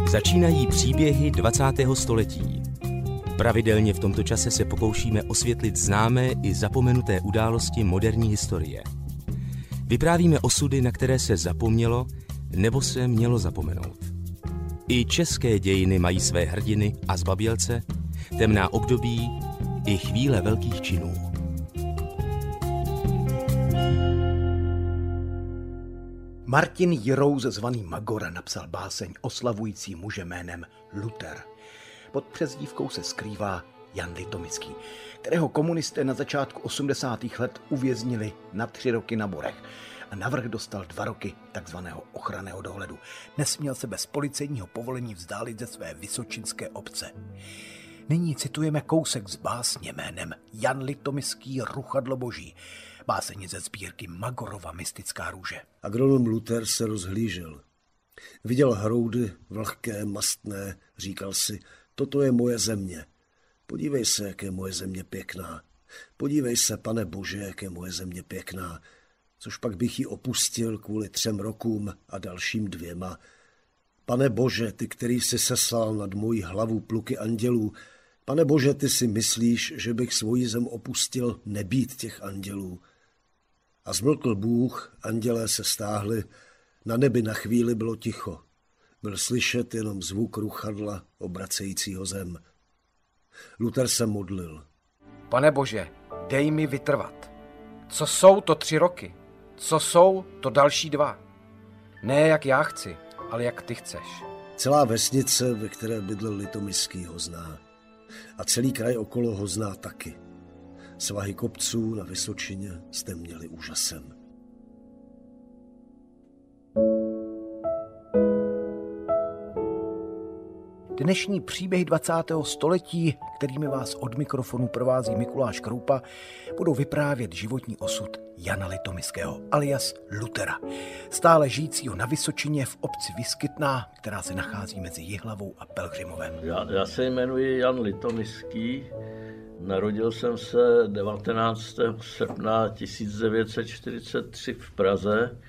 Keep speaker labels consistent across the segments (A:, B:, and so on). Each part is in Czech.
A: Začínají příběhy 20. století. Pravidelně v tomto čase se pokoušíme osvětlit známé i zapomenuté události moderní historie. Vyprávíme osudy, na které se zapomnělo nebo se mělo zapomenout. I české dějiny mají své hrdiny a zbabělce, temná období i chvíle velkých činů.
B: Martin Jirous, zvaný Magora, napsal báseň oslavující muže jménem Luther. Pod přezdívkou se skrývá Jan Litomický, kterého komunisté na začátku 80. let uvěznili na 3 roky na Borech a navrch dostal 2 roky takzvaného ochranného dohledu. Nesměl se bez policejního povolení vzdálit ze své vysočinské obce. Nyní citujeme kousek z básně jménem Jan Litomický Ruchadlo boží, báseň ze sbírky Magorova Mystická růže.
C: Agronom Luther se rozhlížel. Viděl hroudy, vlhké, mastné, říkal si, toto je moje země. Podívej se, jak je moje země pěkná. Podívej se, pane Bože, jak je moje země pěkná. Což pak bych ji opustil kvůli 3 rokům a dalším 2. Pane Bože, ty, který jsi seslal nad mojí hlavu pluky andělů, Pane Bože, ty si myslíš, že bych svoji zem opustil nebýt těch andělů? A zmlkl Bůh, andělé se stáhli, na nebi na chvíli bylo ticho. Byl slyšet jenom zvuk ruchadla obracejícího zem. Luther se modlil.
B: Pane Bože, dej mi vytrvat. Co jsou to 3 roky? Co jsou to další 2? Ne jak já chci, ale jak ty chceš.
C: Celá vesnice, ve které bydlel Litomický, ho zná. A celý kraj okolo ho zná taky. Svahy kopců na Vysočině jste měli úžasem. Dnešní příběhy 20. století, kterými vás od mikrofonu provází Mikuláš Kroupa, budou vyprávět životní osud Jana Litomického, alias Luthera, stále žijícího na Vysočině v obci Vyskytná, která se nachází mezi Jihlavou a Pelhřimovem.
D: Já se jmenuji Jan Litomický, narodil jsem se 19. srpna 1943 v Praze.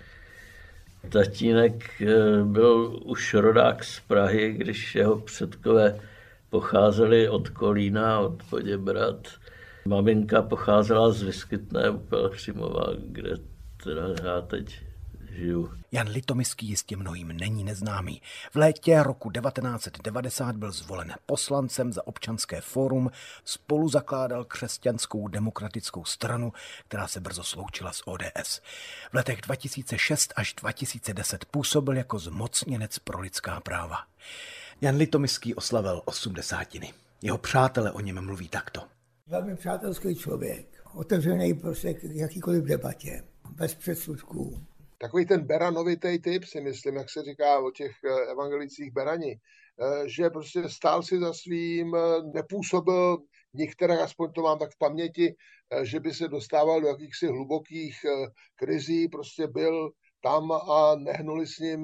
D: Tatínek byl už rodák z Prahy, když jeho předkové pocházeli od Kolína, od Poděbrad. Maminka pocházela z Vyskytné u Pelhřimova, kde teda já teď žiju.
B: Jan Litomický jistě mnohým není neznámý. V létě roku 1990 byl zvolen poslancem za Občanské fórum, spolu zakládal Křesťanskou demokratickou stranu, která se brzo sloučila s ODS. V letech 2006 až 2010 působil jako zmocněnec pro lidská práva. Jan Litomický oslavil 80. Jeho přátelé o něm mluví takto.
E: Velmi přátelský člověk, otevřený prostě k jakýkoliv debatě, bez předsudků.
F: Takový ten beranovitý typ, si myslím, jak se říká o těch evangelicích berani, že prostě stál si za svým, nepůsobil některé, aspoň to mám tak v paměti, že by se dostával do jakýchsi hlubokých krizí, prostě byl tam a nehnuli s ním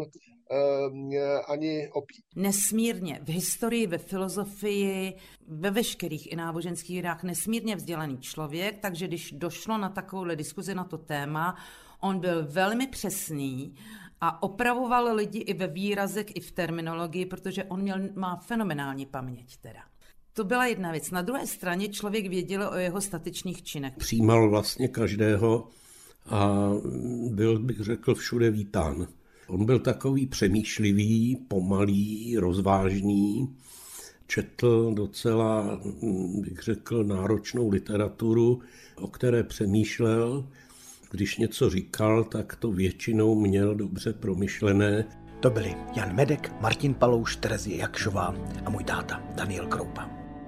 F: ani opít.
G: Nesmírně v historii, ve filozofii, ve veškerých i náboženských hrách nesmírně vzdělaný člověk, takže když došlo na takovouhle diskuzi na to téma, on byl velmi přesný a opravoval lidi i ve výrazech, i v terminologii, protože on má fenomenální paměť teda. To byla jedna věc. Na druhé straně člověk věděl o jeho statečných činech.
H: Přijímal vlastně každého a byl, bych řekl, všude vítán. On byl takový přemýšlivý, pomalý, rozvážný, četl docela, bych řekl, náročnou literaturu, o které přemýšlel. Když něco říkal, tak to většinou měl dobře promyšlené.
B: To byli Jan Medek, Martin Palouš, Terezie Jakšová a můj táta Daniel Kroupa.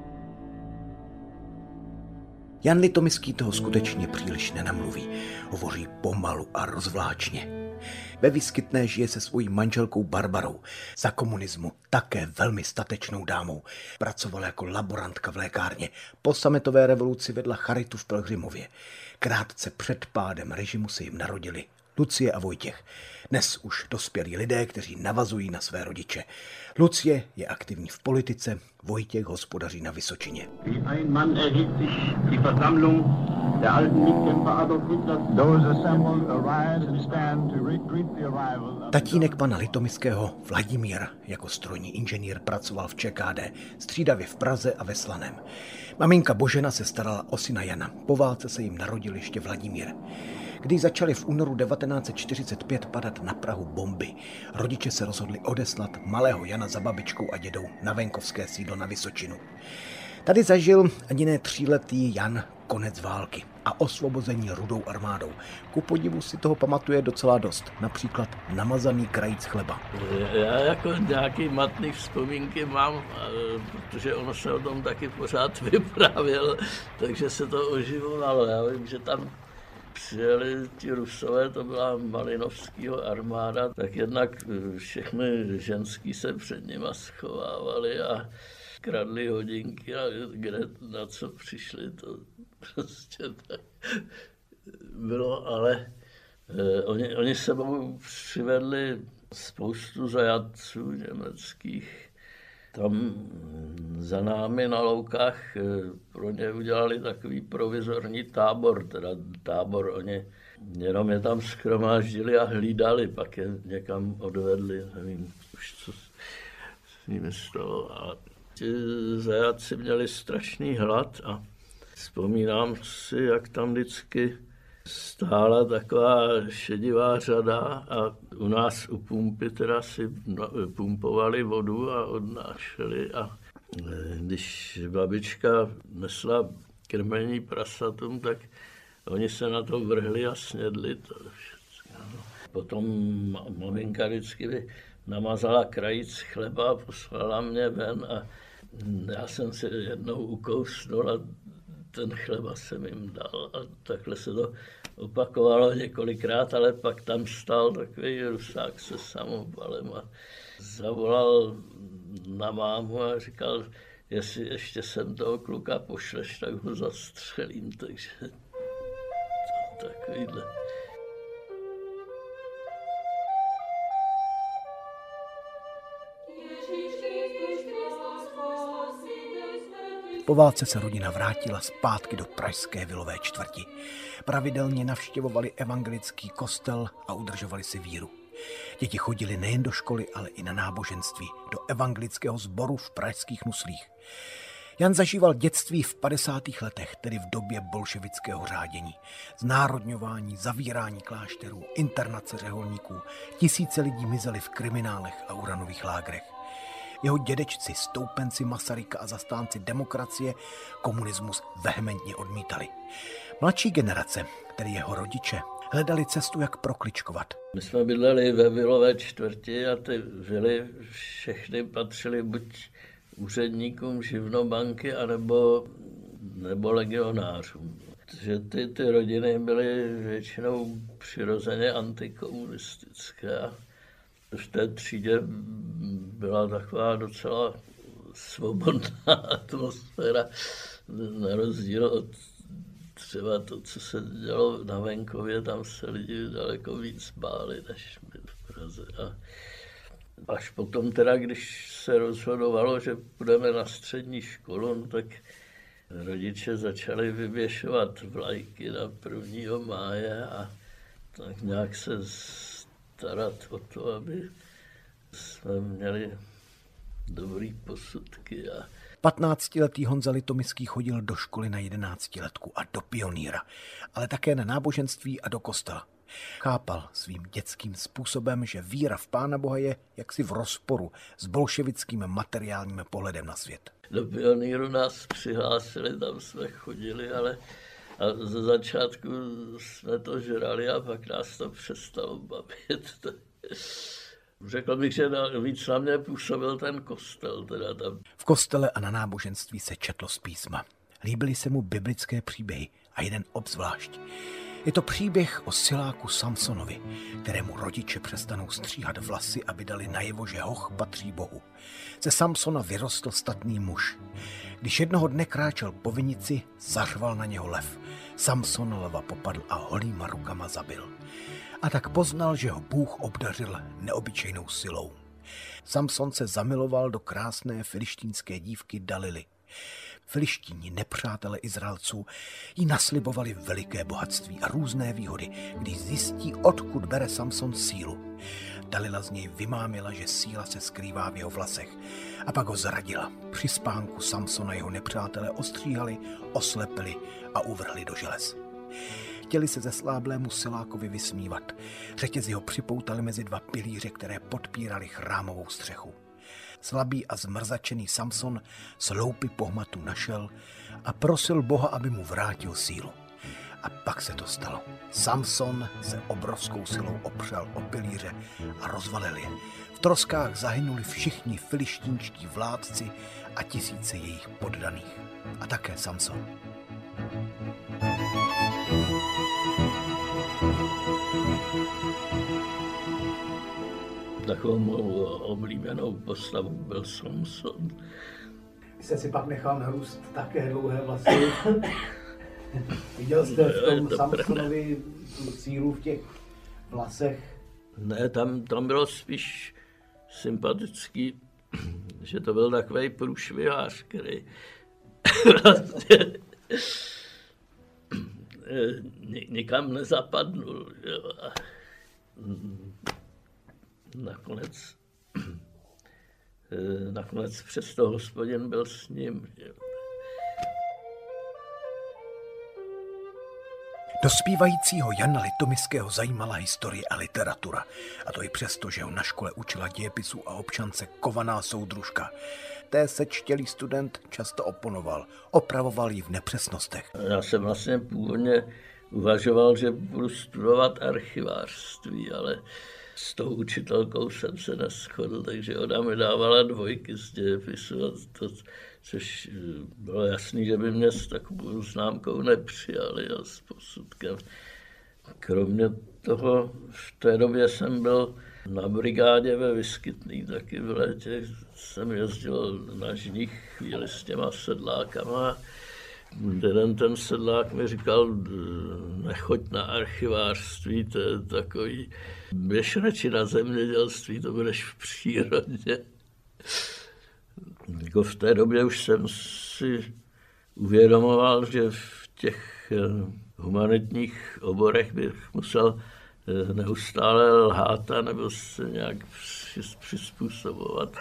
B: Jan Litomický toho skutečně příliš nenamluví. Hovoří pomalu a rozvláčně. Ve Vyskytné žije se svojí manželkou Barbarou. Za komunismu také velmi statečnou dámou. Pracovala jako laborantka v lékárně. Po sametové revoluci vedla charitu v Pelhřimově. Krátce před pádem režimu se jim narodili Lucie a Vojtěch. Dnes už dospělí lidé, kteří navazují na své rodiče. Lucie je aktivní v politice, Vojtěch hospodaří na Vysočině.
I: Wie ein Mann erhebt sich die Versammlung der alten Mitkämpfer Adolf Hitlers. Those assembled arise and stand to greet the arrival.
B: Tatínek pana Litomyského, Vladimír, jako strojní inženýr pracoval v ČKD, střídavě v Praze a ve Slaném. Maminka Božena se starala o syna Jana. Po válce se jim narodil ještě Vladimír. Když začaly v únoru 1945 padat na Prahu bomby, rodiče se rozhodli odeslat malého Jana za babičkou a dědou na venkovské sídlo na Vysočinu. Tady zažil ani ne 3letý Jan konec války a osvobození Rudou armádou. Ku podivu si toho pamatuje docela dost, například namazaný krajíc chleba.
D: Já jako nějaký matný vzpomínky mám, protože ono se o tom taky pořád vyprávěl, takže se to oživovalo. Já vím, že tam přijeli ti Rusové, to byla Malinovskýho armáda, tak jednak všechny ženský se před nima schovávali a kradli hodinky a kde na co přišli, to prostě tak bylo, ale oni sebou přivedli spoustu zajatců německých. Tam za námi na Loukách pro ně udělali takový provizorní tábor, oni jenom je tam shromáždili a hlídali, pak je někam odvedli, nevím už co s nimi stalo. A ti zajatci měli strašný hlad a vzpomínám si, jak tam vždycky stála taková šedivá řada a u nás u pumpy teda si pumpovali vodu a odnášeli a když babička nesla krmení prasatům, tak oni se na to vrhli a snědli to všechno. Potom maminka vždycky namazala krajíc chleba a poslala mě ven a já jsem si jednou ukousnul a ten chleba jsem jim dal a takhle se to opakovalo několikrát, ale pak tam stál takový Rusák se samopalem a zavolal na mámu a říkal, jestli ještě sem toho kluka pošleš, tak ho zastřelím, takže to takovýhle.
B: Po válce se rodina vrátila zpátky do pražské vilové čtvrti. Pravidelně navštěvovali evangelický kostel a udržovali si víru. Děti chodili nejen do školy, ale i na náboženství, do evangelického sboru v pražských Nuslích. Jan zažíval dětství v 50. letech, tedy v době bolševického řádění. Znárodňování, zavírání klášterů, internace řeholníků, tisíce lidí mizeli v kriminálech a uranových lágrech. Jeho dědečci, stoupenci Masaryka a zastánci demokracie, komunismus vehementně odmítali. Mladší generace, tedy jeho rodiče, hledali cestu, jak prokličkovat.
D: My jsme bydleli ve vilové čtvrti a ty vily všechny patřily buď úředníkům živnobanky, anebo legionářům. Takže ty rodiny byly většinou přirozeně antikomunistické. V té třídě byla taková docela svobodná atmosféra, na rozdíl od třeba to, co se dělo na venkově, tam se lidi daleko víc báli, než my v Praze. A až potom teda, když se rozhodovalo, že půjdeme na střední školu, no tak rodiče začali vyvěšovat vlajky na 1. máje a tak nějak se starat o to, aby jsme měli dobrý posudky.
B: 15letý Honza Litomyský chodil do školy na 11letku a do pionýra, ale také na náboženství a do kostela. Chápal svým dětským způsobem, že víra v Pána Boha je jaksi v rozporu s bolševickým materiálním pohledem na svět.
D: Do pionýru nás přihlásili, tam jsme chodili, ale a ze začátku jsme to žrali a pak nás to přestalo bavit. Řekl bych, že víc na mě působil ten kostel. Teda tam.
B: V kostele a na náboženství se četlo z písma. Líbily se mu biblické příběhy a jeden obzvlášť. Je to příběh o siláku Samsonovi, kterému rodiče přestanou stříhat vlasy a vydali najevo, že hoch patří Bohu. Ze Samsona vyrostl statný muž. Když jednoho dne kráčel po vinici, zařval na něho lev. Samson lva popadl a holýma rukama zabil. A tak poznal, že ho Bůh obdařil neobyčejnou silou. Samson se zamiloval do krásné filištínské dívky Dalily. Filištíni, nepřátelé Izraelců, jí naslibovali veliké bohatství a různé výhody, když zjistí, odkud bere Samson sílu. Dalila z něj vymámila, že síla se skrývá v jeho vlasech, a pak ho zradila. Při spánku Samsona jeho nepřátelé ostříhali, oslepili a uvrhli do želez. Chtěli se zesláblému silákovi vysmívat. Řetězy ho připoutali mezi dva pilíře, které podpírali chrámovou střechu. Slabý a zmrzačený Samson sloupy pohmatu našel a prosil Boha, aby mu vrátil sílu. A pak se to stalo. Samson se obrovskou silou opřel o pilíře a rozvalil je. V troskách zahynuli všichni filištínští vládci a tisíce jejich poddaných. A také Samson.
D: Takovou mou oblíbenou postavu byl Samson.
B: Vy jste si pak nechal narůst také dlouhé vlasy. Viděl jste v tom Samsonovi tu sílu v těch vlasech?
D: Ne, tam bylo spíš sympatický, že to byl takovej průšvihář, který vlastně nikam nezapadnul. Jo. A nakonec přesto Hospodin byl s ním. Jo.
B: Dospívajícího Jana Litoměského zajímala historie a literatura. A to i přesto, že ho na škole učila dějepisů a občance kovaná soudružka. Té sečtělý student často oponoval, opravoval ji v nepřesnostech.
D: Já jsem vlastně původně uvažoval, že budu studovat archivářství, ale s tou učitelkou jsem se neshodl, takže ona mi dávala 2 z dějepisu, což bylo jasný, že by mě s takovou známkou nepřijali a s posudkem. Kromě toho v té době jsem byl na brigádě ve Vyskytný, taky v létě jsem jezdil na žních chvíli s těma sedlákama. Jeden ten sedlák mi říkal, nechoď na archivářství, to je takový, běž radši na zemědělství, to budeš v přírodě. Jako v té době už jsem si uvědomoval, že v těch humanitních oborech bych musel neustále lhát nebo se nějak přizpůsobovat.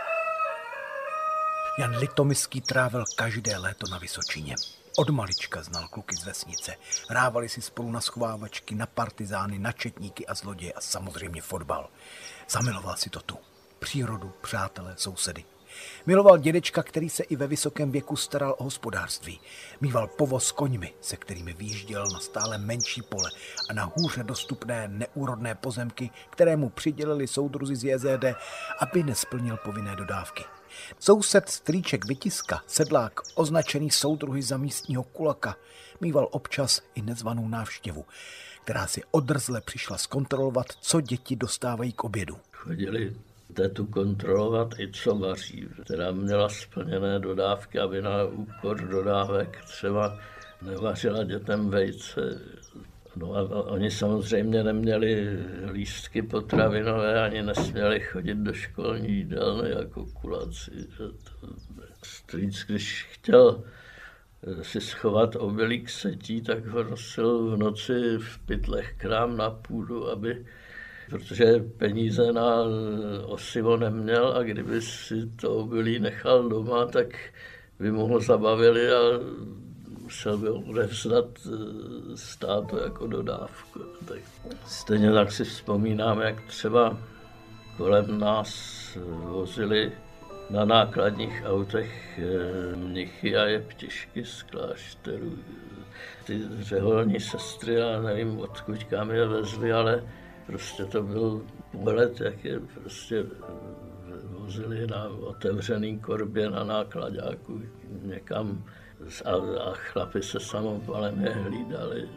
B: Jan Litoměský trávil každé léto na Vysočině. Od malička znal kluky z vesnice. Hrávali si spolu na schovávačky, na partizány, na četníky a zloděje a samozřejmě fotbal. Zamiloval si to tu. Přírodu, přátelé, sousedy. Miloval dědečka, který se i ve vysokém věku staral o hospodářství. Mýval povoz s koňmi, se kterými vyjížděl na stále menší pole a na hůře dostupné neúrodné pozemky, které mu přidělili soudruzi z JZD, aby nesplnil povinné dodávky. Soused strýček Vytiska, sedlák, označený soudruhy za místního kulaka, mýval občas i nezvanou návštěvu, která si odrzle přišla zkontrolovat, co děti dostávají k obědu.
D: Chodili tetu kontrolovat i co vaří, která měla splněné dodávky, aby na úkor dodávek třeba nevařila dětem vejce. No a oni samozřejmě neměli lístky potravinové, ani nesměli chodit do školní jídelny jako kulaci. Strýc, když chtěl si schovat obilí setí, tak ho nosil v noci v pytlech k nám na půdu, protože peníze na osivo neměl a kdyby si to obilí nechal doma, tak by mu ho zabavili a musel by ho odevzdat státu jako dodávku. Tak stejně tak si vzpomínám, jak třeba kolem nás vozili na nákladních autech mnichy a jeptišky z klášterů. Ty řeholní sestry, já nevím, odkud kam je vezli, ale prostě to byl pohled, jak je prostě vozili na otevřený korbě na nákladáku někam a chlapi se samopalem je hlídali.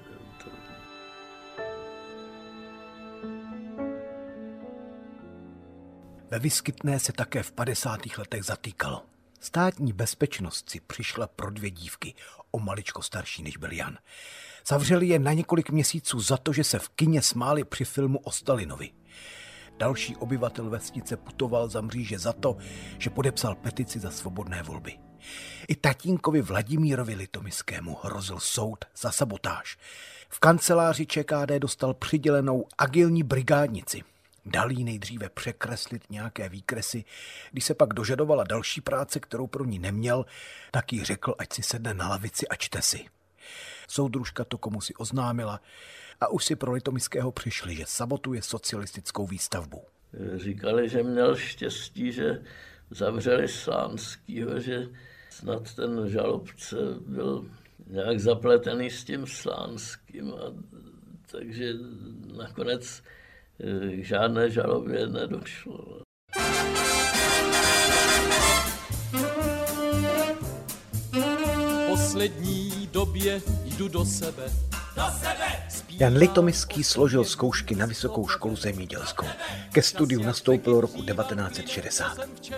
B: Ve Vyskytné se také v 50. letech zatýkalo. Státní bezpečnost si přišla pro 2 dívky, o maličko starší než byl Jan. Zavřeli je na několik měsíců za to, že se v kině smáli při filmu o Stalinovi. další obyvatel vesnice putoval za mříže za to, že podepsal petici za svobodné volby. I tatínkovi Vladimírovi Litomyskému hrozil soud za sabotáž. V kanceláři ČKD dostal přidělenou agilní brigádnici. Dal jí nejdříve překreslit nějaké výkresy. Když se pak dožadovala další práce, kterou pro ní neměl, tak jí řekl, ať si sedne na lavici a čte si. Soudružka to komusi oznámila a už si pro Litomyského přišli, že sabotuje socialistickou výstavbu.
D: Říkali, že měl štěstí, že zavřeli Slánskýho, že snad ten žalobce byl nějak zapletený s tím Slánským, takže nakonec k žádné žalobě nedošlo.
J: V poslední době jdu do sebe.
B: Jan Litomyský složil zkoušky na Vysokou školu zemědělskou. Ke studiu nastoupil roku 1960.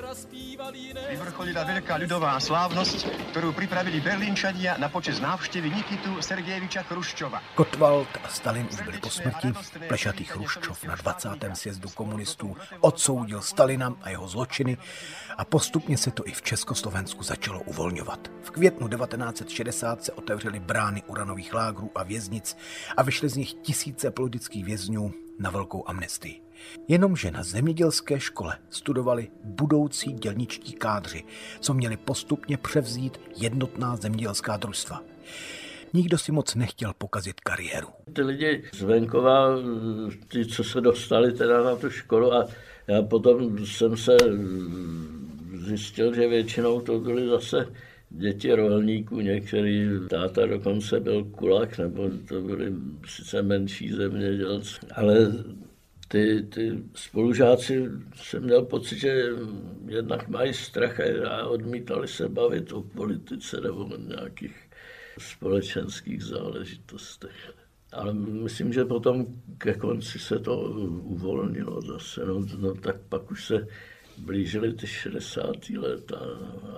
K: Vyvrcholila veľká ľudová slávnosť, ktorú pripravili Berlínčania na počesť návštevy Nikitu Sergejeviča Chruščova.
B: Gottwald a Stalin už byli po smrti. Plešatý Chruščov na 20. sjezdu komunistů odsoudil Stalina a jeho zločiny a postupně se to i v Československu začalo uvolňovat. V květnu 1960 se otevřely brány uranových lágrů a věznic a vyšly z nich tisíce politických vězňů na velkou amnestii. Jenomže na zemědělské škole studovali budoucí dělničtí kádři, co měli postupně převzít jednotná zemědělská družstva. Nikdo si moc nechtěl pokazit kariéru.
D: Ty lidi z venkova, ty, co se dostali teda na tu školu a já potom jsem se zjistil, že většinou to byly zase děti rolníků, některý táta dokonce byl kulák, nebo to byli sice menší zemědělci, ale ty spolužáci jsem měl pocit, že jednak mají strach a odmítali se bavit o politice nebo o nějakých společenských záležitostech. Ale myslím, že potom ke konci se to uvolnilo zase, no tak pak už se blížily ty 60. let a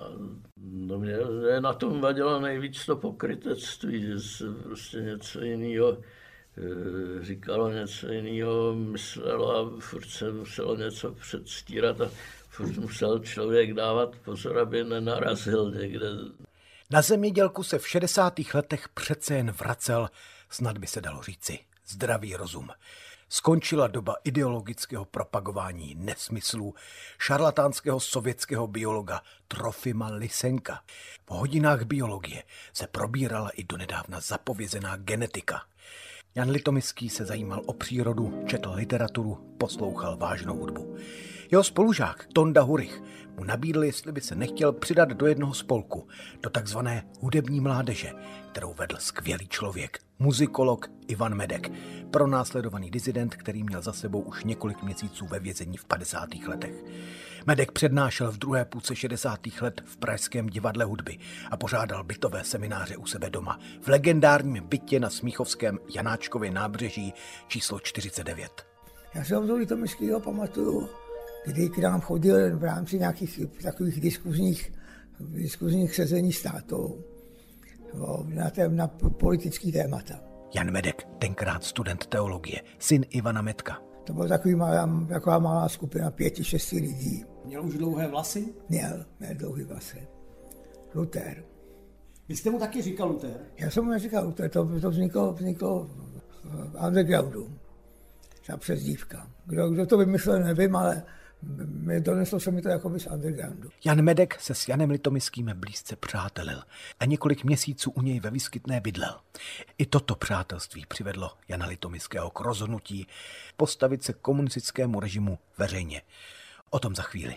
D: mě na tom vadilo nejvíc to pokrytectví, že se prostě něco jiného říkalo, něco jiného myslelo a furt se muselo něco předstírat a furt musel člověk dávat pozor, aby nenarazil někde.
B: Na zemědělku se v 60. letech přece jen vracel, snad by se dalo říci, zdravý rozum. Skončila doba ideologického propagování nesmyslů šarlatánského sovětského biologa Trofima Lysenka. V hodinách biologie se probírala i donedávna zapovězená genetika. Jan Litomyský se zajímal o přírodu, četl literaturu, poslouchal vážnou hudbu. Jeho spolužák Tonda Hurich mu nabídl, jestli by se nechtěl přidat do jednoho spolku, do takzvané hudební mládeže, kterou vedl skvělý člověk, muzikolog Ivan Medek, pronásledovaný disident, který měl za sebou už několik měsíců ve vězení v 50. letech. Medek přednášel v druhé půlce 60. let v Pražském divadle hudby a pořádal bytové semináře u sebe doma v legendárním bytě na Smíchovském Janáčkově nábřeží číslo 49.
E: Já se od Litomyského pamatuju, kdy k nám chodil v rámci nějakých takových diskuzních sezení s tátou na politický témata.
B: Jan Medek, tenkrát student teologie, syn Ivana Medka.
E: To byla taková malá skupina 5-6 lidí.
L: Měl už dlouhé vlasy?
E: Měl dlouhé vlasy. Luther.
L: Vy jste mu taky říkal Luther?
E: Já jsem mu neříkal Luther, to vzniklo v undergroundu. Ta přezdívka. Kdo to vymyslel, nevím, ale doneslo se mi to jako z undergroundu.
B: Jan Medek se s Janem Litomyským blízce přátelil a několik měsíců u něj ve Vyskytné bydlel. I toto přátelství přivedlo Jana Litomyského k rozhodnutí postavit se komunistickému režimu veřejně. O tom za chvíli.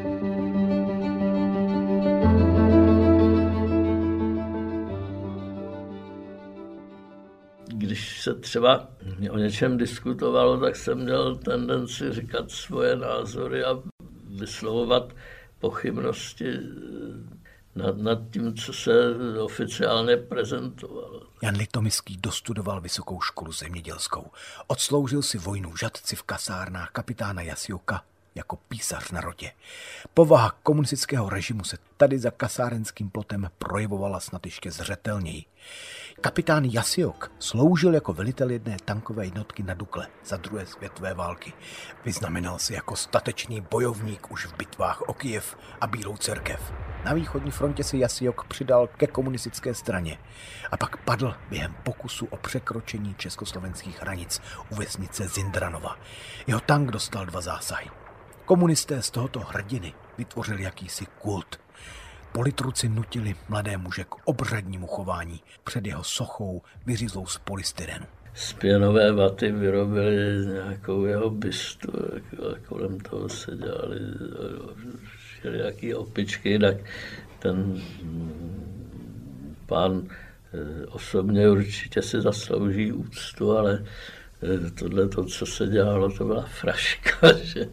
D: Když se třeba o něčem diskutovalo, tak jsem měl tendenci říkat svoje názory a vyslovovat pochybnosti nad tím, co se oficiálně prezentovalo.
B: Jan Litomyský dostudoval Vysokou školu zemědělskou. Odsloužil si vojnu v Žatci v kasárnách kapitána Jasioka jako písař na rotě. Povaha komunistického režimu se tady za kasárenským plotem projevovala snad ještě zřetelněji. Kapitán Jasiok sloužil jako velitel jedné tankové jednotky na Dukle za druhé světové války. Vyznamenal se jako statečný bojovník už v bitvách o Kyjev a Bílou cerkev. Na východní frontě se Jasiok přidal ke komunistické straně a pak padl během pokusu o překročení československých hranic u vesnice Zindranova. Jeho tank dostal 2 zásahy. Komunisté z tohoto hrdiny vytvořili jakýsi kult. Politruci nutili mladé muže k obřadnímu chování před jeho sochou vyřízlou z polystyrenu.
D: Z pěnové vaty vyrobili nějakou jeho bystu, kolem toho se dělali všelijaký opičky, tak ten pán osobně určitě si zaslouží úctu, ale tohle, co se dělalo, to byla fraška, že?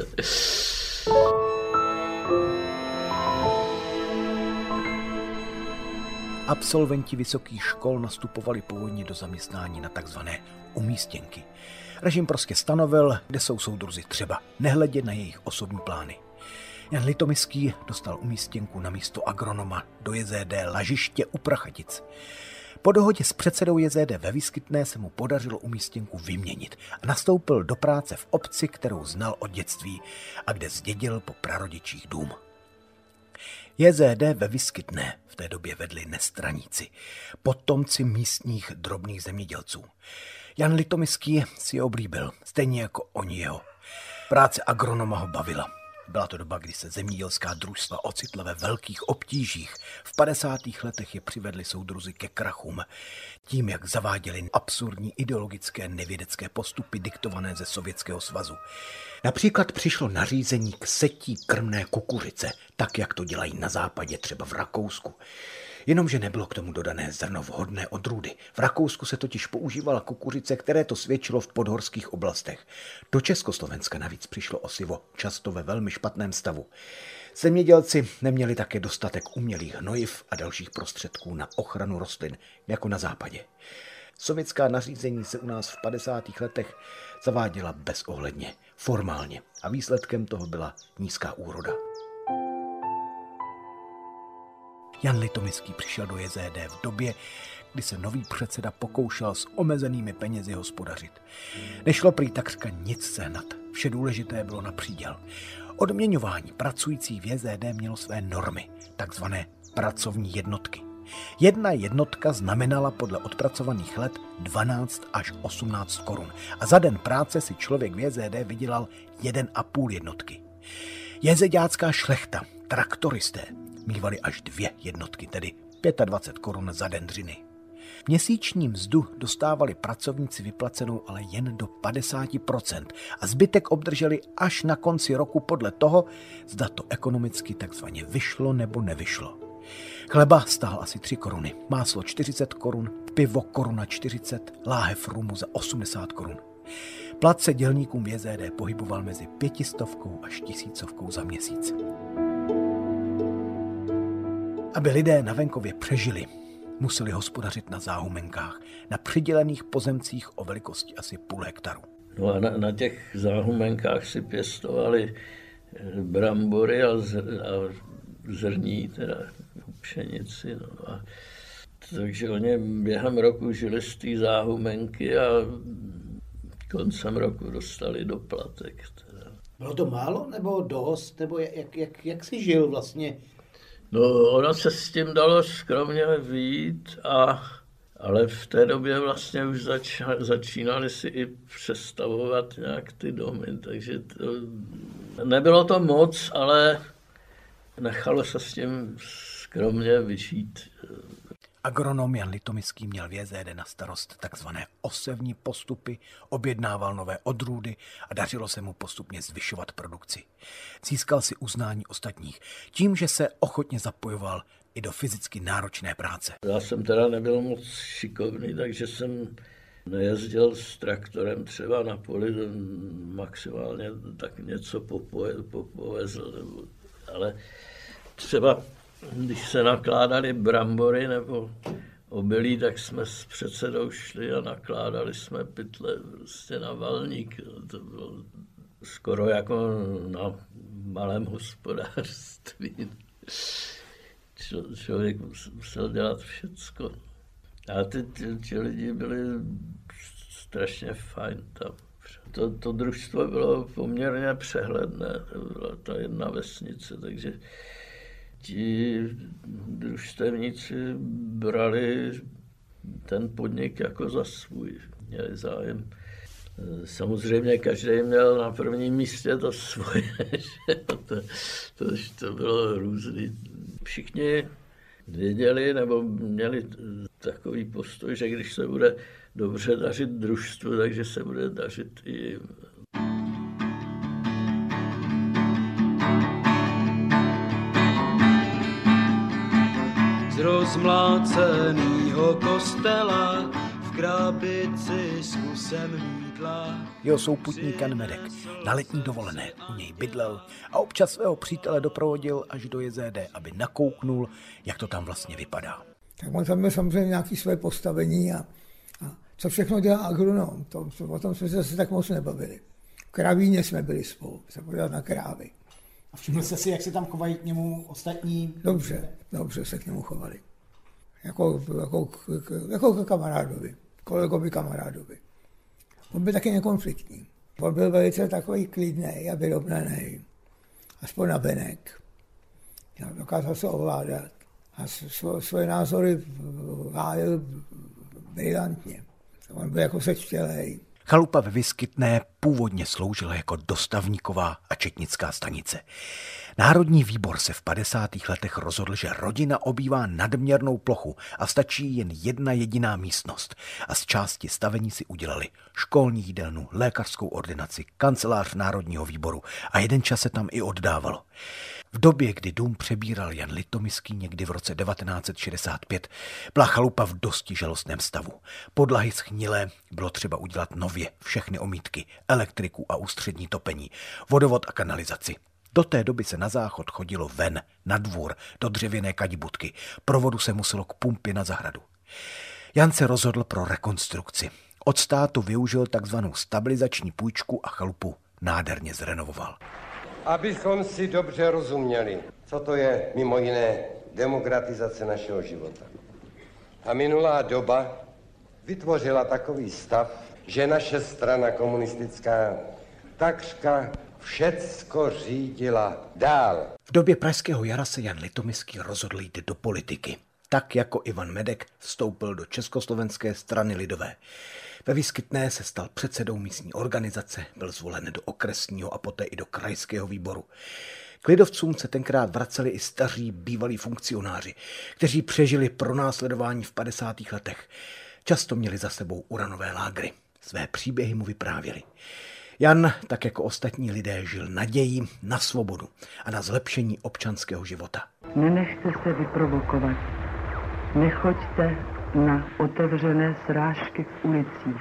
B: Absolventi vysokých škol nastupovali původně do zaměstnání na takzvané umístěnky. Režim prostě stanovil, kde jsou soudruzi třeba, nehledě na jejich osobní plány. Jan Litomyský dostal umístěnku na místo agronoma do JZD Lažiště u Prachatic. Po dohodě s předsedou JZD ve Vyskytné se mu podařilo umístěnku vyměnit a nastoupil do práce v obci, kterou znal od dětství a kde zdědil po prarodičích dům. JZD ve Vyskytné v té době vedli nestraníci, potomci místních drobných zemědělců. Jan Litomyský si je oblíbil, stejně jako oni jeho. Práce agronoma ho bavila. Byla to doba, kdy se zemědělská družstva ocitla ve velkých obtížích. V 50. letech je přivedli soudruzi ke krachům. Tím, jak zaváděli absurdní ideologické nevědecké postupy diktované ze Sovětského svazu. Například přišlo nařízení k setí krmné kukuřice, tak jak to dělají na západě, třeba v Rakousku. Jenomže nebylo k tomu dodané zrno vhodné odrůdy. V Rakousku se totiž používala kukuřice, které to svědčilo v podhorských oblastech. Do Československa navíc přišlo osivo, často ve velmi špatném stavu. Zemědělci neměli také dostatek umělých hnojiv a dalších prostředků na ochranu rostlin, jako na západě. Sovětská nařízení se u nás v 50. letech zaváděla bezohledně, formálně a výsledkem toho byla nízká úroda. Jan Litomyský přišel do JZD v době, kdy se nový předseda pokoušel s omezenými penězi hospodařit. Nešlo prý takřka nic sehnat, vše důležité bylo na příděl. Odměňování pracujících v JZD mělo své normy, takzvané pracovní jednotky. Jedna jednotka znamenala podle odpracovaných let 12 až 18 korun a za den práce si člověk v JZD vydělal 1,5 jednotky. Jezeďácká šlechta, traktoristé, mívali až 2 jednotky, tedy 25 korun za den dřiny. Měsíční mzdu dostávali pracovníci vyplacenou ale jen do 50% a zbytek obdrželi až na konci roku podle toho, zda to ekonomicky takzvaně vyšlo nebo nevyšlo. Chleba stál asi 3 koruny, máslo 40 korun, pivo koruna 40, láhev rumu za 80 korun. Plat se dělníkům v JZD pohyboval mezi 500 až 1000 za měsíc. Aby lidé na venkově přežili, museli hospodařit na záhumenkách, na přidělených pozemcích o velikosti asi půl hektaru.
D: No a na těch záhumenkách si pěstovali brambory a zrní, teda pšenici. No a takže oni během roku žili z té záhumenky a koncem roku dostali doplatek. Teda.
L: Bylo to málo nebo dost? Nebo jak jsi žil vlastně?
D: No, ono se s tím dalo skromně vyjít, ale v té době vlastně už začínali si i přestavovat nějak ty domy, takže nebylo to moc, ale nechalo se s tím skromně vyžít.
B: Agronom Jan Litomyský měl v JZD na starost takzvané osevní postupy, objednával nové odrůdy a dařilo se mu postupně zvyšovat produkci. Získal si uznání ostatních tím, že se ochotně zapojoval i do fyzicky náročné práce.
D: Já jsem teda nebyl moc šikovný, takže jsem nejezdil s traktorem třeba na poli, maximálně tak něco povezl, ale třeba když se nakládaly brambory nebo obilí, tak jsme s předsedou šli a nakládali jsme pytle prostě na valník. To bylo skoro jako na malém hospodářství. Člověk musel dělat všecko. A ty lidi byli strašně fajn tam. To družstvo bylo poměrně přehledné, to byla ta jedna vesnice, takže ti družstevníci brali ten podnik jako za svůj, měli zájem. Samozřejmě každý měl na prvním místě to svoje, že? To bylo různý. Všichni věděli nebo měli takový postoj, že když se bude dobře dařit družstvu, takže se bude dařit i jim.
J: Z rozmlácenýho kostela v krabici s kusem mýdla.
B: Jeho souputník Jan Medek na letní dovolené u něj bydlel a občas svého přítele doprovodil až do JZD, aby nakouknul, jak to tam vlastně vypadá.
E: Tak on tam měl samozřejmě nějaké své postavení a co všechno dělá agronom, o tom jsme se zase tak moc nebavili. V kravíně jsme byli spolu, se podívat na krávy.
L: A všiml jste si, jak se tam chovají k němu ostatní?
E: Dobře se k němu chovali. Jako k kamarádovi, kolegovi kamarádovi. On byl taky nekonfliktní. On byl velice takový klidný a vyrovnaný. Aspoň na venek. Dokázal se ovládat. A svoje názory hájil brilantně. On byl jako sečtělej.
B: Chalupa ve Vyskytné původně sloužila jako dostavníková a četnická stanice. Národní výbor se v 50. letech rozhodl, že rodina obývá nadměrnou plochu a stačí jen jedna jediná místnost. A z části stavení si udělali školní jídelnu, lékařskou ordinaci, kancelář Národního výboru a jeden čas se tam i oddávalo. V době, kdy dům přebíral Jan Litoměský někdy v roce 1965, byla chalupa v dosti žalostném stavu. Podlahy schnilé, bylo třeba udělat nově všechny omítky, elektriku a ústřední topení, vodovod a kanalizaci. Do té doby se na záchod chodilo ven, na dvůr, do dřevěné kadibudky. Pro vodu se muselo k pumpě na zahradu. Jan se rozhodl pro rekonstrukci. Od státu využil takzvanou stabilizační půjčku a chalupu nádherně zrenovoval.
M: Abychom si dobře rozuměli, co to je mimo jiné demokratizace našeho života. A minulá doba vytvořila takový stav, že naše strana komunistická takřka všecko řídila dál.
B: V době Pražského jara se Jan Litoměský rozhodl jít do politiky. Tak jako Ivan Medek vstoupil do Československé strany lidové. Ve Vyskytné se stal předsedou místní organizace, byl zvolen do okresního a poté i do krajského výboru. K lidovcům se tenkrát vraceli i staří bývalí funkcionáři, kteří přežili pronásledování v 50. letech. Často měli za sebou uranové lágry. Své příběhy mu vyprávěli. Jan, tak jako ostatní lidé, žil nadějí na svobodu a na zlepšení občanského života.
N: Nenechte se vyprovokovat. Nechoďte na otevřené srážky v ulicích.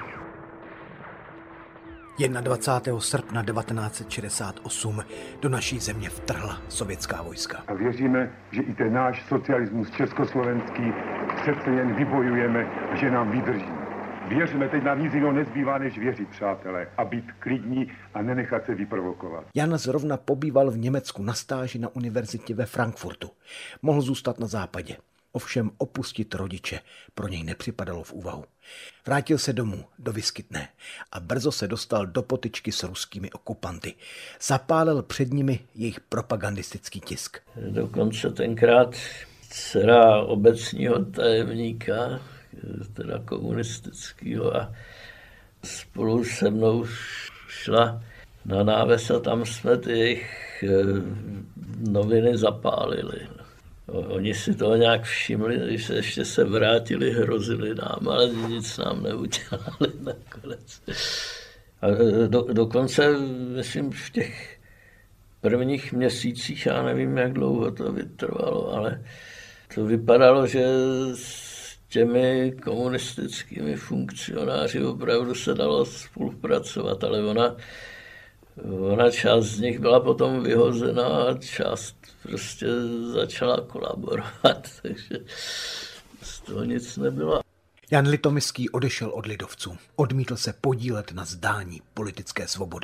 B: 21. srpna 1968 do naší země vtrhla sovětská vojska.
O: A věříme, že i ten náš socialismus československý přece jen vybojujeme a že nám vydrží. Věřme, teď nám nic jiného nezbývá, než věřit, přátelé, a být klidní a nenechat se vyprovokovat.
B: Jan zrovna pobýval v Německu na stáži na univerzitě ve Frankfurtu. Mohl zůstat na západě. Ovšem opustit rodiče pro něj nepřipadalo v úvahu. Vrátil se domů, do Vyskytné a brzo se dostal do potyčky s ruskými okupanty. Zapálil před nimi jejich propagandistický tisk.
D: Dokonce tenkrát dcera obecního tajemníka, teda komunistického, a spolu se mnou šla na náves a tam jsme ty jejich noviny zapálili. Oni si toho nějak všimli, když ještě se vrátili, hrozili nám, ale nic nám neudělali nakonec. A dokonce, myslím, v těch prvních měsících, já nevím, jak dlouho to vytrvalo, ale to vypadalo, že s těmi komunistickými funkcionáři opravdu se dalo spolupracovat, ale ona část z nich byla potom vyhozená a část prostě začala kolaborovat, takže z toho nic nebylo.
B: Jan Litoměský odešel od lidovců. Odmítl se podílet na zdání politické svobody.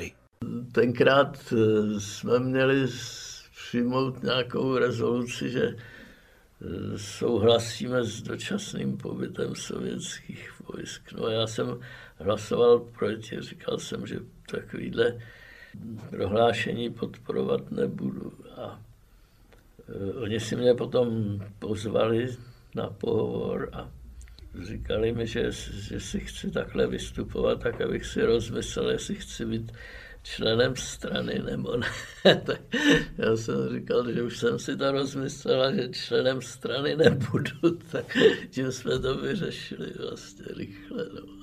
D: Tenkrát jsme měli přijmout nějakou rezoluci, že souhlasíme s dočasným pobytem sovětských vojsk. No já jsem hlasoval proti, říkal jsem, že takovýhle prohlášení podporovat nebudu. A oni si mě potom pozvali na pohovor a říkali mi, že si chci takhle vystupovat, tak abych si rozmyslel, jestli chci být členem strany nebo ne. Tak já jsem říkal, že už jsem si to rozmyslel a že členem strany nebudu, tak tím jsme to vyřešili vlastně rychle. No.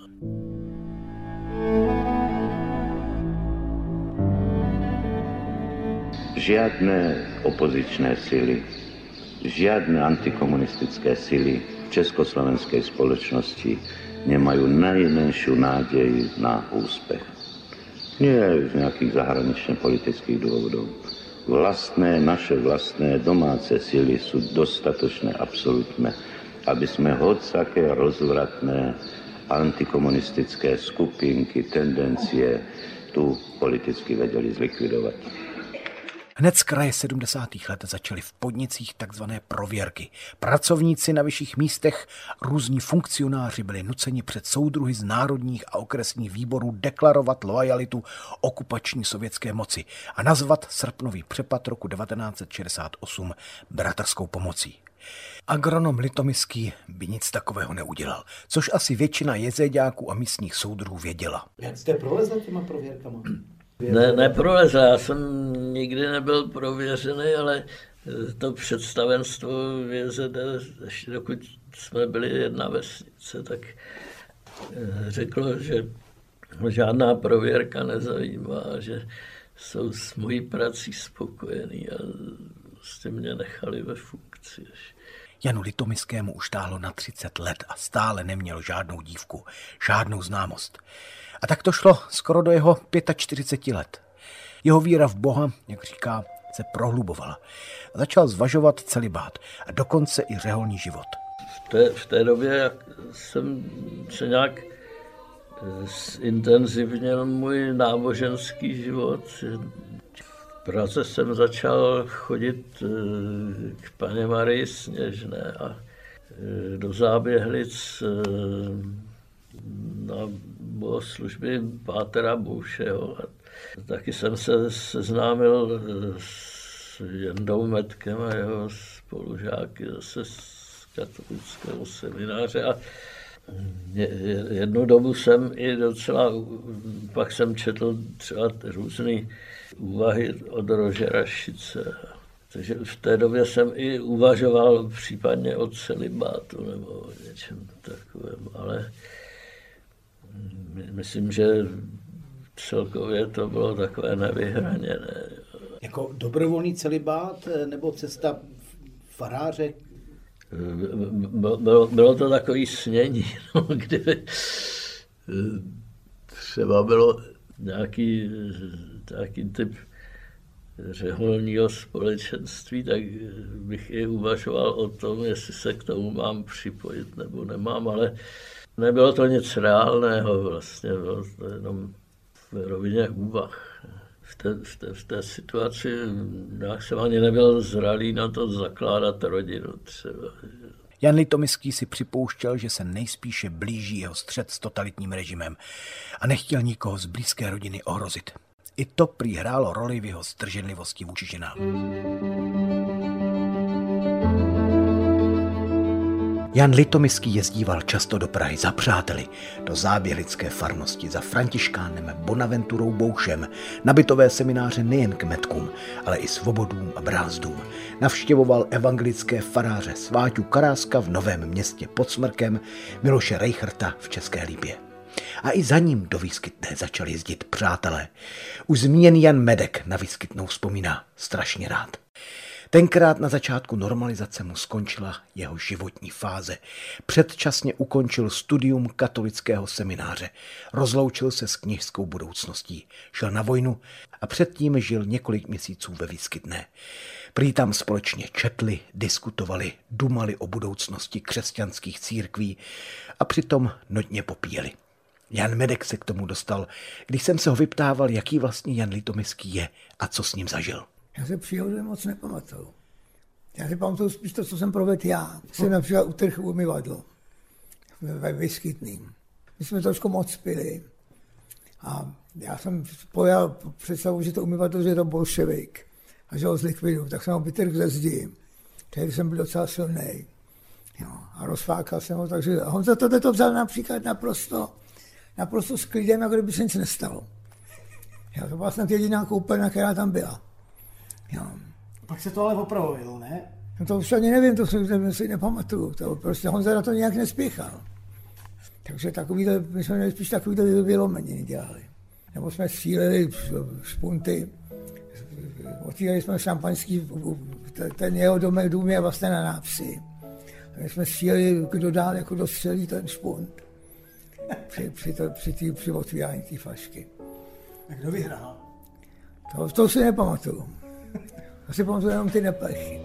P: Žiadne opozičné síly, žiadne antikomunistické síly v československej spoločnosti nemajú najmenšiu nádej na úspech. Nie z nejakých zahranično-politických dôvodov. Naše vlastné domáce síly sú dostatočné, absolútne, aby sme hociaké rozvratné antikomunistické skupinky, tendencie tu politicky vedeli zlikvidovať.
B: Hned z kraje 70. let začaly v podnicích takzvané prověrky. Pracovníci na vyšších místech, různí funkcionáři byli nuceni před soudruhy z národních a okresních výborů deklarovat loajalitu okupační sovětské moci a nazvat srpnový přepad roku 1968 bratrskou pomocí. Agronom Litomyský by nic takového neudělal, což asi většina jezéďáků a místních soudruhů věděla.
L: Jak jste prolezl těma prověrkama?
D: Neprolezl, já jsem nikdy nebyl prověřený, ale to představenstvo VZD, ještě dokud jsme byli jedna vesnice, tak řeklo, že žádná prověrka nezajímá, že jsou s mojí prací spokojení a prostě mě nechali ve funkci.
B: Janu Litomyskému už táhlo na 30 let a stále neměl žádnou dívku, žádnou známost. A tak to šlo skoro do jeho 45 let. Jeho víra v Boha, jak říká, se prohlubovala. Začal zvažovat celibát a dokonce i řeholní život.
D: V té době jsem se nějak zintenzivnil můj náboženský život. V Praze jsem začal chodit k paně Marii Sněžné a do Záběhlic na bohoslužby pátera Boušeho. Taky jsem se seznámil s Jendou Metkem a jeho spolužáky zase z katolického semináře a jednu dobu jsem i docela, pak jsem četl třeba různé úvahy od Rožera Šice. Takže v té době jsem i uvažoval případně o celibátu nebo o něčem takovém, ale myslím, že celkově to bylo takové nevyhraněné.
L: Jako dobrovolný celibát nebo cesta faráře?
D: Bylo to takový snění, no, kdyby třeba bylo nějaký typ řeholního společenství, tak bych i uvažoval o tom, jestli se k tomu mám připojit nebo nemám, ale nebylo to nic reálného vlastně, bylo to jenom v rovině úvah. V té situaci já jsem ani nebyl zralý na to zakládat rodinu třeba.
B: Jan Litomyský si připouštěl, že se nejspíše blíží jeho střet s totalitním režimem a nechtěl nikoho z blízké rodiny ohrozit. I to prý hrálo roli v jeho zdrženlivosti vůči ženám. Jan Litomyský jezdíval často do Prahy za přáteli, do záběhlické farnosti za Františkánem Bonaventurou Boušem, na bytové semináře nejen k metkům, ale i svobodům a brázdům. Navštěvoval evangelické faráře Sváťu Karáska v Novém Městě pod Smrkem, Miloše Rejchrta v České Lípě. A i za ním do Výskytné začal jezdit přátelé. Už zmíněný Jan Medek na Výskytnou vzpomíná strašně rád. Tenkrát na začátku normalizace mu skončila jeho životní fáze. Předčasně ukončil studium katolického semináře. Rozloučil se s kněžskou budoucností. Šel na vojnu a předtím žil několik měsíců ve Výskytné. Prý tam společně četli, diskutovali, dumali o budoucnosti křesťanských církví a přitom notně popíjeli. Jan Medek se k tomu dostal, když jsem se ho vyptával, jaký vlastně Jan Litomyský je a co s ním zažil.
E: Já se příhodně moc nepamatuju. Já si pamatuju spíš to, co jsem provedl já. Jsem například utrhl umyvadlo ve Vyskytným. My jsme trošku moc pili a já jsem pojal představu, že to umyvadlo, že je to bolševik a že ho zlikviduju, tak jsem ho vytrhl ze zdi. Tehdy jsem byl docela silnej. A rozfákal jsem ho, takže Honza to vzal například naprosto s klidem, jako kdyby se nic nestalo. To byla snad jediná koupelna, která tam byla.
L: Pak se to ale opravilo, ne?
E: No to už ani nevím, to si nepamatuju. To prostě Honza na to nějak nespěchal. Takže my jsme měli spíš takovýhle vylomeniny dělali. Nebo jsme stříleli špunty, otvírali jsme šampaňský, ten jeho dům je vlastně na Nápsi. My jsme stříleli, kdo dál jako dostřelí ten špunt při otvírání té flašky.
L: A kdo vyhrál?
E: To si nepamatuju. Já si pamatuju jenom ty neplechy.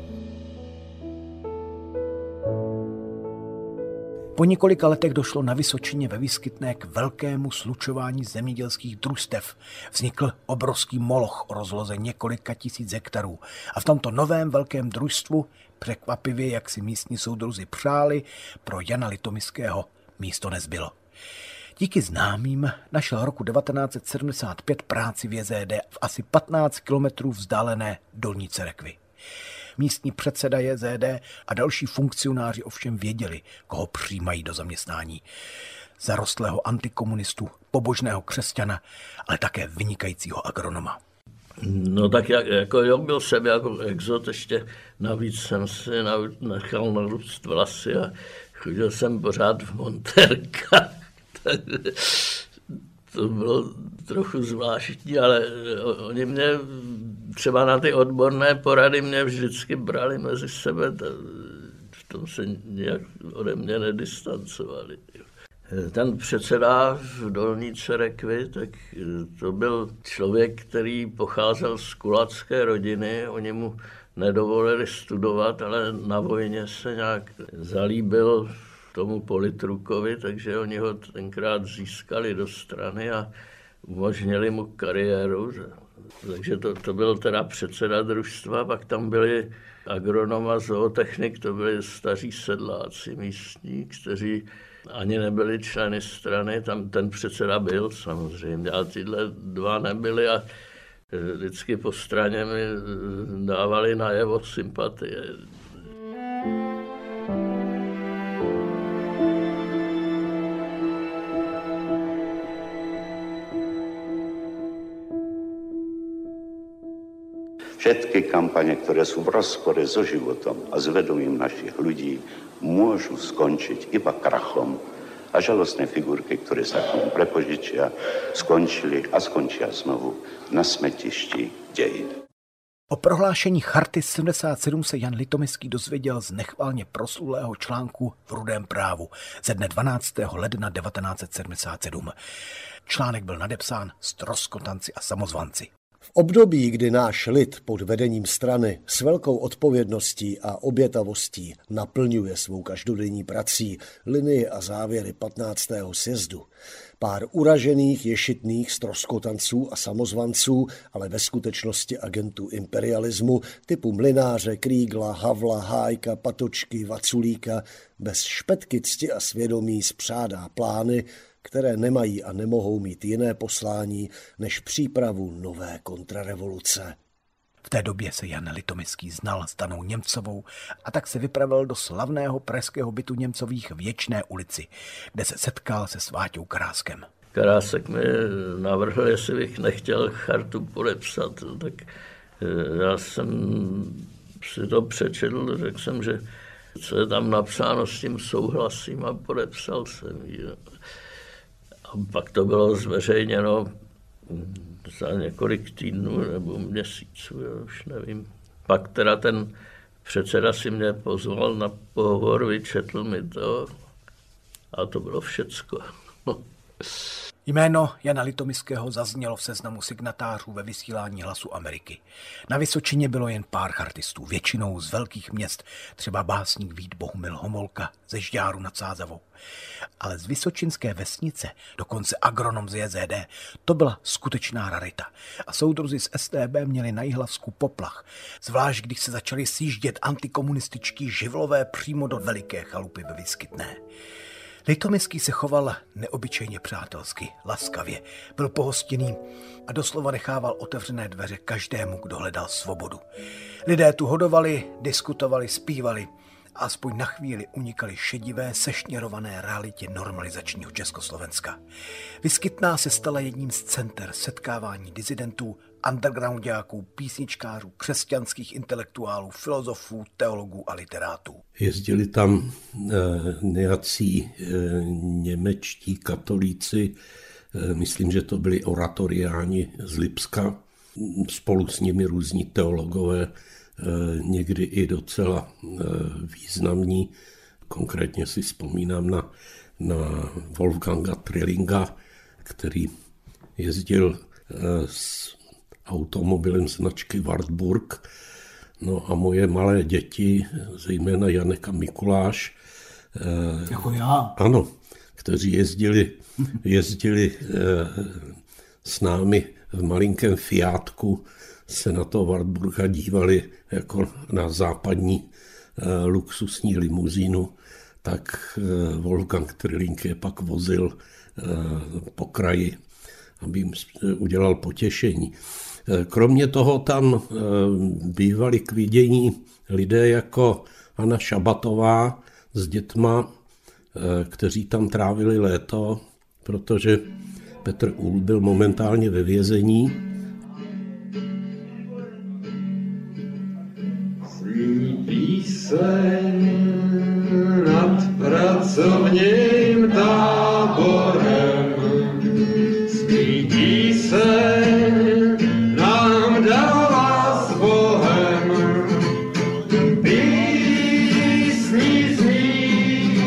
B: Po několika letech došlo na Vysočině ve Vyskytné k velkému slučování zemědělských družstev. Vznikl obrovský moloch o rozloze několika tisíc hektarů. A v tomto novém velkém družstvu, překvapivě, jak si místní soudruzi přáli, pro Jana Litomyského místo nezbylo. Díky známým našel roku 1975 práci v JZD v asi 15 kilometrů vzdálené Dolní Cerekvi. Místní předseda JZD a další funkcionáři ovšem věděli, koho přijímají do zaměstnání. Zarostlého antikomunistu, pobožného křesťana, ale také vynikajícího agronoma.
D: No tak byl jsem jako exot, ještě navíc jsem si nechal narůst vlasy a chodil jsem pořád v montérkách. To bylo trochu zvláštní, ale oni mě třeba na ty odborné porady mě vždycky brali mezi sebe, v tom se nějak ode mě nedistancovali. Ten předseda v Dolní Cerekvi, tak to byl člověk, který pocházel z kulacké rodiny, oni mu nedovolili studovat, ale na vojně se nějak zalíbil tomu politrukovi, takže oni ho tenkrát získali do strany a umožnili mu kariéru. Takže to byl teda předseda družstva, pak tam byli agronom a zootechnik, to byli staří sedláci místní, kteří ani nebyli členy strany, tam ten předseda byl samozřejmě, ale tyhle dva nebyli a vždycky po straně mi dávali najevo sympatie.
P: Všetky kampaně, které jsou v rozpore so životom a s vedomím našich lidí, můžu skončit iba krachom a žalostné figurky, které se k tomu prepožičia, skončili a skončí znovu na smetišti dějin.
B: O prohlášení Charty 77 se Jan Litomyský dozvěděl z nechvalně proslulého článku v Rudém právu ze dne 12. ledna 1977. Článek byl nadepsán Ztroskotanci a samozvanci.
C: V období, kdy náš lid pod vedením strany s velkou odpovědností a obětavostí naplňuje svou každodenní prací linii a závěry 15. sjezdu, pár uražených ješitných ztroskotanců a samozvanců, ale ve skutečnosti agentů imperialismu typu Mlynáře, Krígla, Havla, Hájka, Patočky, Vaculíka bez špetky cti a svědomí spřádá plány, které nemají a nemohou mít jiné poslání než přípravu nové kontrarevoluce.
B: V té době se Jan Litomyský znal s Danou Němcovou a tak se vypravil do slavného pražského bytu Němcových v Věčné ulici, kde se setkal se Sváťou Karáskem.
D: Karásek mi navrhl, jestli bych nechtěl chartu podepsat, tak já jsem si to přečetl, řekl jsem, že co je tam napsáno, s tím souhlasím a podepsal jsem ji. A pak to bylo zveřejněno za několik týdnů nebo měsíců, já už nevím. Pak teda ten předseda si mě pozval na pohovor, vyčetl mi to a to bylo všecko.
B: Jméno Jana Litomyského zaznělo v seznamu signatářů ve vysílání Hlasu Ameriky. Na Vysočině bylo jen pár chartistů, většinou z velkých měst, třeba básník Vít Bohumil Homolka ze Žďáru nad Sázavou. Ale z vysočinské vesnice, dokonce agronom z JZD, to byla skutečná rarita. A soudruzi z StB měli na Jihlavsku poplach, zvlášť když se začali sjíždět antikomunističtí živlové přímo do veliké chalupy ve Vyskytné. Litomyský se choval neobyčejně přátelsky, laskavě, byl pohostinný a doslova nechával otevřené dveře každému, kdo hledal svobodu. Lidé tu hodovali, diskutovali, zpívali a aspoň na chvíli unikali šedivé, sešněrované realitě normalizačního Československa. Vyskytná se stala jedním z center setkávání disidentů, undergroundáků, písničkářů, křesťanských intelektuálů, filozofů, teologů a literátů.
H: Jezdili tam nějací němečtí katolíci, myslím, že to byli oratoriáni z Lipska, spolu s nimi různí teologové, někdy i docela významní. Konkrétně si vzpomínám na Wolfganga Trillinga, který jezdil s automobilem značky Wartburg. No a moje malé děti, zejména Janek a Mikuláš,
B: jako já.
H: Ano, kteří jezdili s námi v malinkém Fiatku, se na to Wartburga dívali jako na západní luxusní limuzínu, tak Wolfgang Trilling je pak vozil po kraji, aby jim udělal potěšení. Kromě toho tam bývali k vidění lidé jako Anna Šabatová s dětma, kteří tam trávili léto, protože Petr Uhl byl momentálně ve vězení.
J: Píseň nad pracovním táborem skrytí se nám dala s Bohem. Písní zní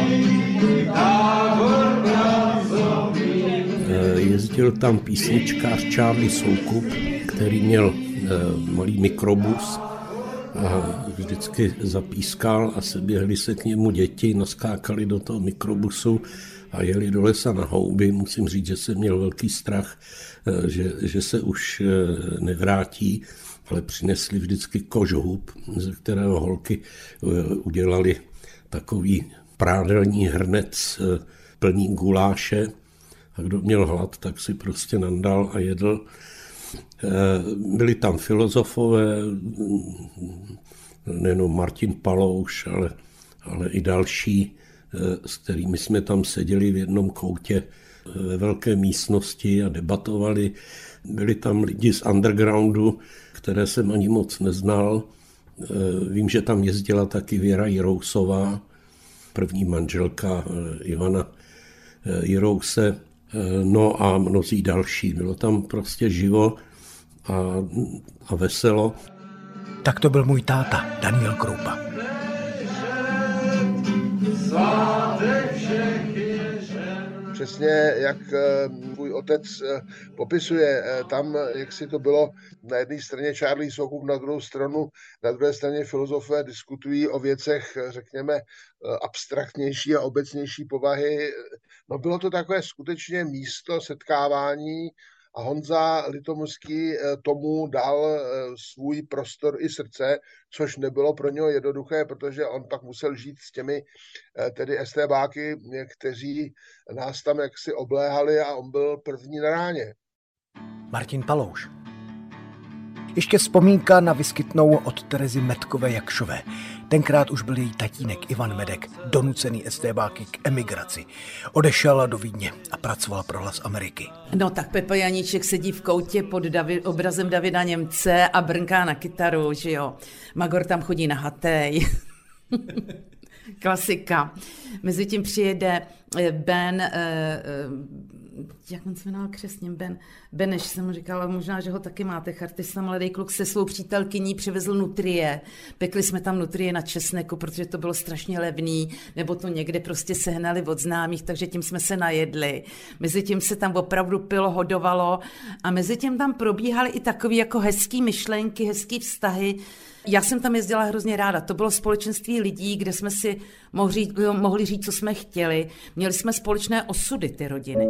J: tábor pracovní.
H: Jezdil tam písničkář Charlie Soukup, který měl malý mikrobus a vždycky zapískal a seběhli se k němu děti, naskákali do toho mikrobusu a jeli do lesa na houby. Musím říct, že jsem měl velký strach, že se už nevrátí, ale přinesli vždycky kožohub, ze kterého holky udělali takový prádelní hrnec plný guláše a kdo měl hlad, tak si prostě nandal a jedl. Byli tam filozofové, nejenom Martin Palouš, ale i další, s kterými jsme tam seděli v jednom koutě ve velké místnosti a debatovali. Byli tam lidi z undergroundu, které jsem ani moc neznal. Vím, že tam jezdila taky Věra Jirousová, první manželka Ivana Jirouse, no a mnozí další. Bylo tam prostě živo a veselo.
B: Tak to byl můj táta, Daniel Kroupa.
F: Přesně jak můj otec popisuje, tam, jak si to bylo, na jedné straně Charlie Soukup, na druhé straně filozofové diskutují o věcech, řekněme, abstraktnější a obecnější povahy. No bylo to takové skutečně místo setkávání a Honza Litomyský tomu dal svůj prostor i srdce, což nebylo pro něho jednoduché, protože on pak musel žít s těmi tedy STBáky, kteří nás tam jaksi obléhali a on byl první na ráně.
B: Martin Palouš. Ještě vzpomínka na Vyskytnou od Terezy Metkové Jakšové. Tenkrát už byl její tatínek Ivan Medek donucený STBáky k emigraci. Odešel do Vídně a pracoval pro Hlas Ameriky.
G: No tak Pepa Janíček sedí v koutě pod obrazem Davida Němce a brnká na kytaru, že jo. Magor tam chodí na hatej. Klasika. Mezitím přijede jak on se jmenoval křesně, Beneš, jsem mu říkala, možná, že ho taky máte, chartista, mladý kluk se svou přítelkyní přivezl nutrie, pekli jsme tam nutrie na česneku, protože to bylo strašně levný, nebo to někde prostě sehnali od známých, takže tím jsme se najedli. Mezi tím se tam opravdu pilo, hodovalo a mezi tím tam probíhaly i takový jako hezký myšlenky, hezký vztahy. Já jsem tam jezdila hrozně ráda. To bylo společenství lidí, kde jsme si mohli říct, co jsme chtěli. Měli jsme společné osudy, ty rodiny.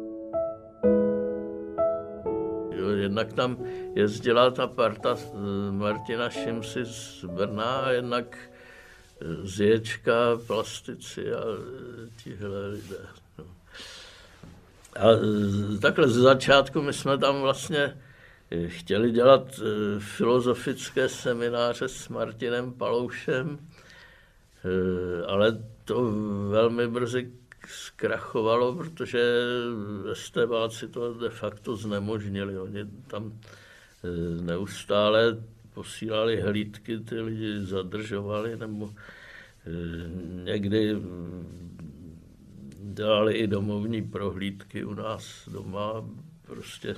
D: Jednak tam jezdila ta parta Martina Šimsi z Brna a jednak Zječka, plastici a tihle lidé. No. A takhle z začátku my jsme tam vlastně chtěli dělat filozofické semináře s Martinem Paloušem, ale to velmi brzy zkrachovalo, protože estébáci to de facto znemožnili. Oni tam neustále posílali hlídky, ty lidi zadržovali, nebo někdy dělali i domovní prohlídky u nás doma, prostě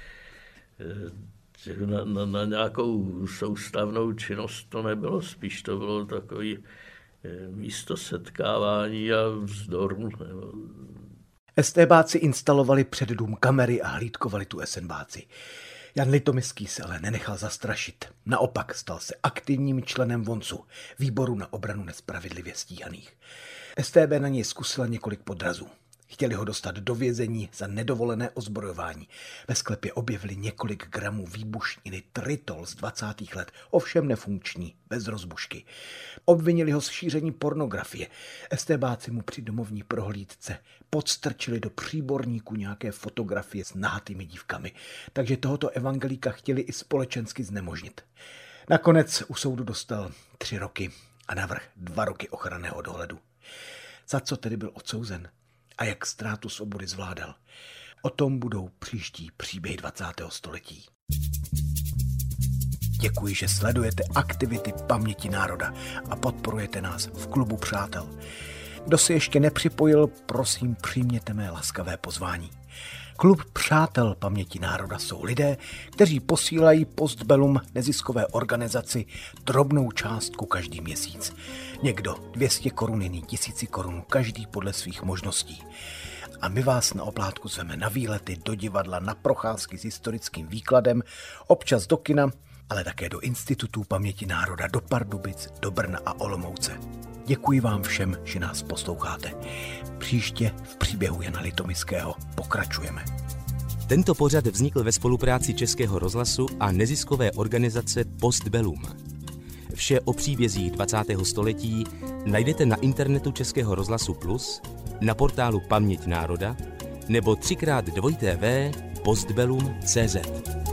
D: na nějakou soustavnou činnost to nebylo, spíš to bylo takový místo setkávání a vzdoru.
B: Estébáci instalovali před dům kamery a hlídkovali tu esenbáci. Jan Litoměský se ale nenechal zastrašit. Naopak stal se aktivním členem VONCu, výboru na obranu nespravedlivě stíhaných. StB na něj zkusila několik podrazů. Chtěli ho dostat do vězení za nedovolené ozbrojování. Ve sklepě objevili několik gramů výbušniny tritol z 20. let, ovšem nefunkční, bez rozbušky. Obvinili ho z šíření pornografie. Estébáci mu při domovní prohlídce podstrčili do příborníku nějaké fotografie s nahatými dívkami, takže tohoto evangelíka chtěli i společensky znemožnit. Nakonec u soudu dostal 3 roky a navrch 2 roky ochranného dohledu. Za co tedy byl odsouzen? A jak ztrátu svobody zvládal? O tom budou příští příběhy 20. století. Děkuji, že sledujete aktivity Paměti národa a podporujete nás v Klubu přátel. Kdo se ještě nepřipojil, prosím, přijměte mé laskavé pozvání. Klub přátel Paměti národa jsou lidé, kteří posílají postbellum neziskové organizaci drobnou částku každý měsíc. Někdo 200 korun, jiný 1000 korun, každý podle svých možností. A my vás na oplátku zveme na výlety, do divadla, na procházky s historickým výkladem, občas do kina, ale také do institutů Paměti národa, do Pardubic, do Brna a Olomouce. Děkuji vám všem, že nás posloucháte. Příště v příběhu Jana Litoměského pokračujeme.
A: Tento pořad vznikl ve spolupráci Českého rozhlasu a neziskové organizace Postbellum. Vše o příbězích 20. století najdete na internetu Českého rozhlasu Plus, na portálu Paměť národa nebo 3x2tv postbellum.cz.